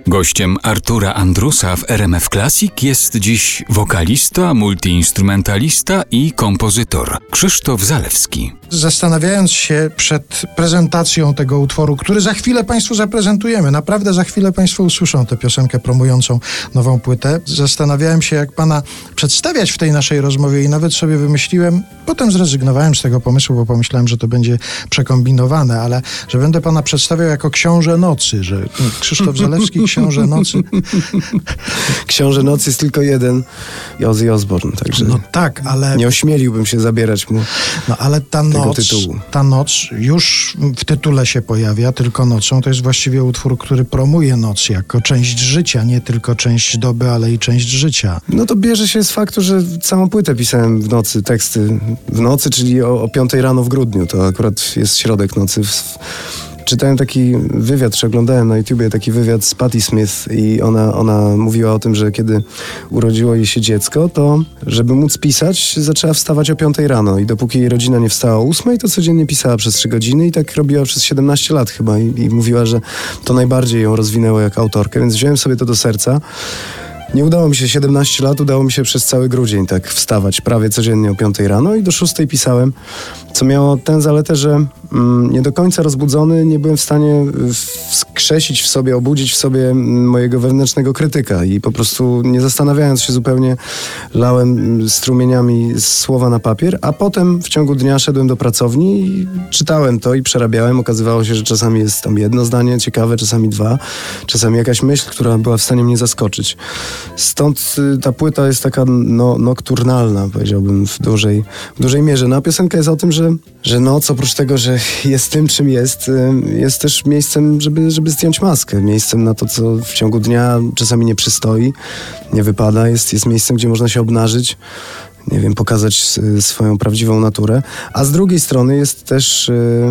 Gościem Artura Andrusa w RMF Classic jest dziś wokalista, multiinstrumentalista i kompozytor Krzysztof Zalewski. Zastanawiając się przed prezentacją tego utworu, który za chwilę Państwu zaprezentujemy, naprawdę za chwilę Państwo usłyszą tę piosenkę promującą nową płytę, zastanawiałem się, jak Pana przedstawiać w tej naszej rozmowie i nawet sobie wymyśliłem, potem zrezygnowałem z tego pomysłu, bo pomyślałem, że to będzie przekombinowane, ale że będę Pana przedstawiał jako książę nocy, że Krzysztof Zalewski, książę nocy. Książę nocy jest tylko jeden, Ozzy Osbourne, także no tak, ale nie ośmieliłbym się zabierać mu ale ta noc już w tytule się pojawia, tylko nocą. To jest właściwie utwór, który promuje noc jako część życia, nie tylko część doby, ale i część życia. No to bierze się z faktu, że całą płytę pisałem w nocy, teksty w nocy, czyli o 5 rano w grudniu. To akurat jest środek nocy. Czytałem taki wywiad, czy oglądałem na YouTubie taki wywiad z Patti Smith i ona mówiła o tym, że kiedy urodziło jej się dziecko, to żeby móc pisać, zaczęła wstawać o 5 rano i dopóki jej rodzina nie wstała o 8, to codziennie pisała przez 3 godziny i tak robiła przez 17 lat chyba i mówiła, że to najbardziej ją rozwinęło jako autorkę, więc wziąłem sobie to do serca. Nie udało mi się 17 lat, udało mi się przez cały grudzień tak wstawać prawie codziennie o 5 rano i do 6 pisałem, co miało tę zaletę, że nie do końca rozbudzony nie byłem w stanie wskrzesić w sobie, obudzić w sobie mojego wewnętrznego krytyka i po prostu nie zastanawiając się zupełnie lałem strumieniami słowa na papier, a potem w ciągu dnia szedłem do pracowni i czytałem to i przerabiałem. Okazywało się, że czasami jest tam jedno zdanie ciekawe, czasami 2, czasami jakaś myśl, która była w stanie mnie zaskoczyć. Stąd ta płyta jest taka nokturnalna, powiedziałbym, w dużej mierze. No a piosenka jest o tym, że noc oprócz tego, że jest tym, czym jest też miejscem, żeby zdjąć maskę. Miejscem na to, co w ciągu dnia czasami nie przystoi, nie wypada. Jest miejscem, gdzie można się obnażyć, nie wiem, pokazać swoją prawdziwą naturę. A z drugiej strony jest też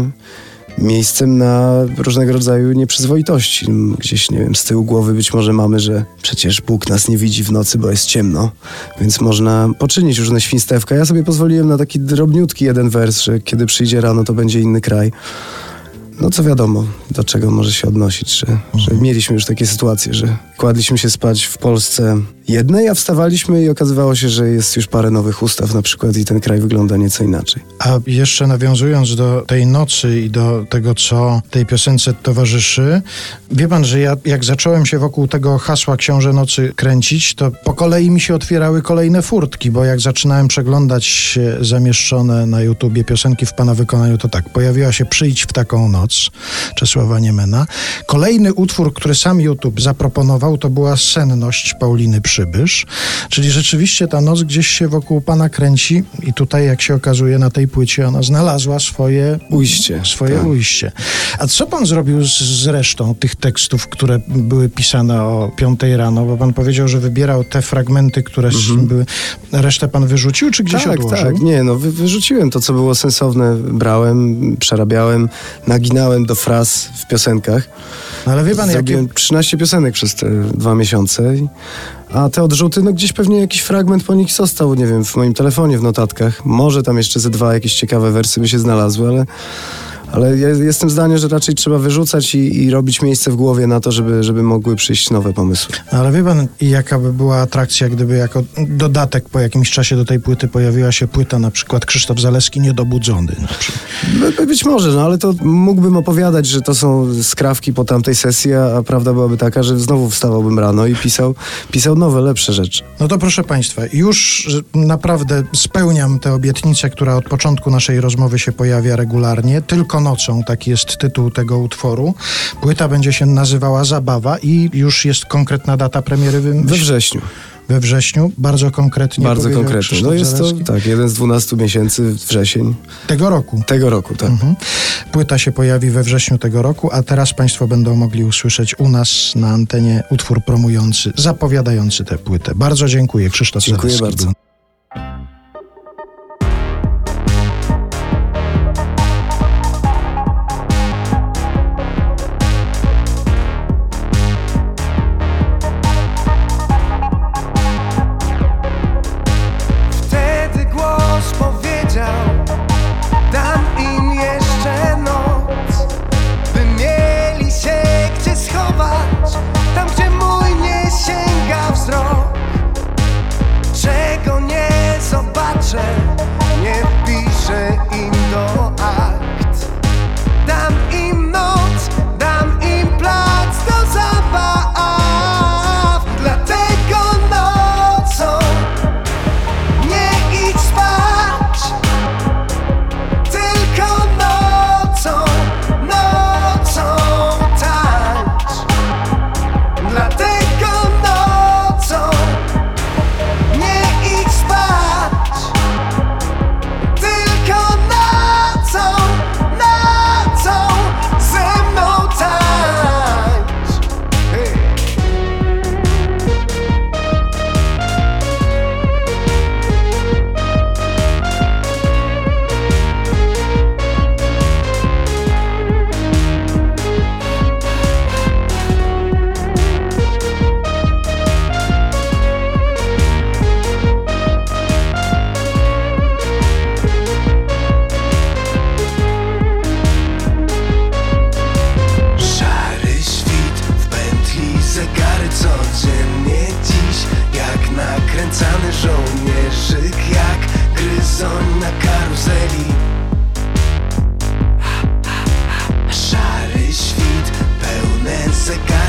miejscem na różnego rodzaju nieprzyzwoitości. Gdzieś, nie wiem, z tyłu głowy być może mamy, że przecież Bóg nas nie widzi w nocy, bo jest ciemno, więc można poczynić różne świństewka. Ja sobie pozwoliłem na taki drobniutki jeden wers, że kiedy przyjdzie rano, to będzie inny kraj. No co wiadomo, do czego może się odnosić, że mieliśmy już takie sytuacje, że kładliśmy się spać w Polsce jednej, a wstawaliśmy i okazywało się, że jest już parę nowych ustaw na przykład i ten kraj wygląda nieco inaczej. A jeszcze nawiązując do tej nocy i do tego, co tej piosence towarzyszy, wie pan, że ja jak zacząłem się wokół tego hasła Książę nocy kręcić, to po kolei mi się otwierały kolejne furtki, bo jak zaczynałem przeglądać zamieszczone na YouTubie piosenki w pana wykonaniu, to tak, pojawiła się Przyjdź w taką noc Czesława Niemena. Kolejny utwór, który sam YouTube zaproponował, to była Senność Pauliny Przybysz, czyli rzeczywiście ta noc gdzieś się wokół pana kręci i tutaj, jak się okazuje, na tej płycie ona znalazła swoje ujście. Ujście. A co pan zrobił z resztą tych tekstów, które były pisane o 5 rano? Bo pan powiedział, że wybierał te fragmenty, które były... Resztę pan wyrzucił, czy gdzieś odłożył? Tak. Nie, wyrzuciłem to, co było sensowne. Brałem, przerabiałem, naginałem do fraz w piosenkach. No ale wie pan, zrobiłem 13 piosenek przez te 2 miesiące. A te odrzuty, gdzieś pewnie jakiś fragment po nich został, nie wiem, w moim telefonie, w notatkach. Może tam jeszcze ze 2 jakieś ciekawe wersy by się znalazły, ale ja jestem zdania, że raczej trzeba wyrzucać i robić miejsce w głowie na to, żeby mogły przyjść nowe pomysły. Ale wie pan, jaka by była atrakcja, gdyby jako dodatek po jakimś czasie do tej płyty pojawiła się płyta, na przykład Krzysztof Zalewski Niedobudzony. Być może, ale to mógłbym opowiadać, że to są skrawki po tamtej sesji, a prawda byłaby taka, że znowu wstawałbym rano i pisał nowe, lepsze rzeczy. No to proszę państwa, już naprawdę spełniam tę obietnicę, która od początku naszej rozmowy się pojawia regularnie. Tylko nocą, taki jest tytuł tego utworu. Płyta będzie się nazywała Zabawa i już jest konkretna data premiery. We wrześniu. We wrześniu, bardzo konkretnie. Bardzo konkretnie. No jest Zalewski. To jeden z 12 miesięcy, wrzesień. Tego roku. Tego roku, tak. Płyta się pojawi we wrześniu tego roku, a teraz państwo będą mogli usłyszeć u nas na antenie utwór promujący, zapowiadający tę płytę. Bardzo dziękuję, Krzysztof Zalewski. Dziękuję bardzo. Tam, gdzie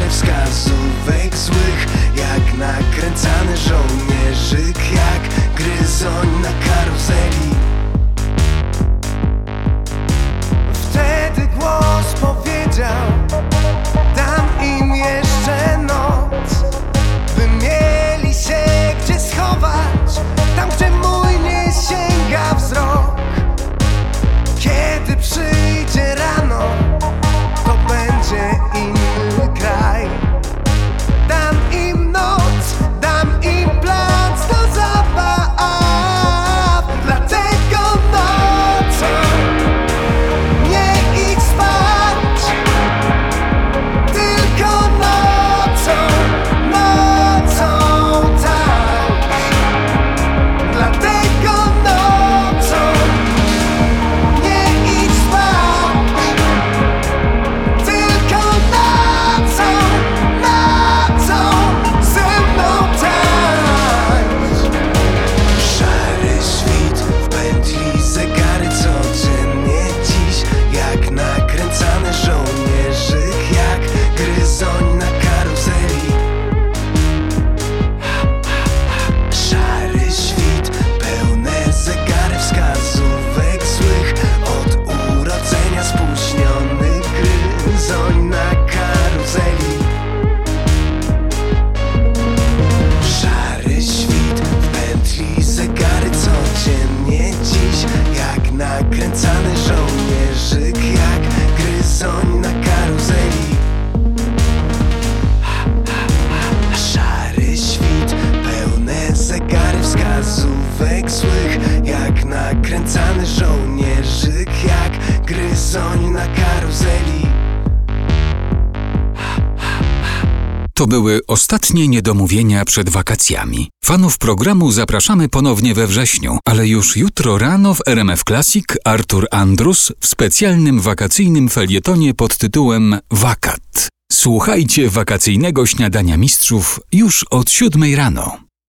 zegarek wskazówek złych, jak nakręcany żołnierzyk, jak gryzoń na karuzeli. Wtedy głos powiedział: dam im jeszcze noc, by mieli się gdzie schować, tam gdzie mój nie sięga wzrok. Kiedy przyjdzie rano, to będzie inny kraj. Dam im noc, dam im plac do zabaw. Dlatego nocą nie idź spać, tylko nocą, nocą tańcz. Dlatego nocą nie idź spać, tylko nocą, nocą ze mną tańcz. Szary świt w pętli, zegary codziennie dziś, jak nakręcany żołnierzyk, jak gryzoń na karuzeli. Szary świt, pełne zegary wskazówek złych, od urodzenia spóźniony gryzoń na karuzeli. Szary świt w pętli, zegary codziennie dziś, jak nakręcany żołnierzyk, jak gryzoń na karuzeli. Szary świt, pełne zegary wskazówek złych, jak nakręcany żołnierzyk, jak gryzoń na karuzeli. To były ostatnie niedomówienia przed wakacjami. Fanów programu zapraszamy ponownie we wrześniu, ale już jutro rano w RMF Classic Artur Andrus w specjalnym wakacyjnym felietonie pod tytułem Wakat. Słuchajcie wakacyjnego śniadania mistrzów już od 7 rano.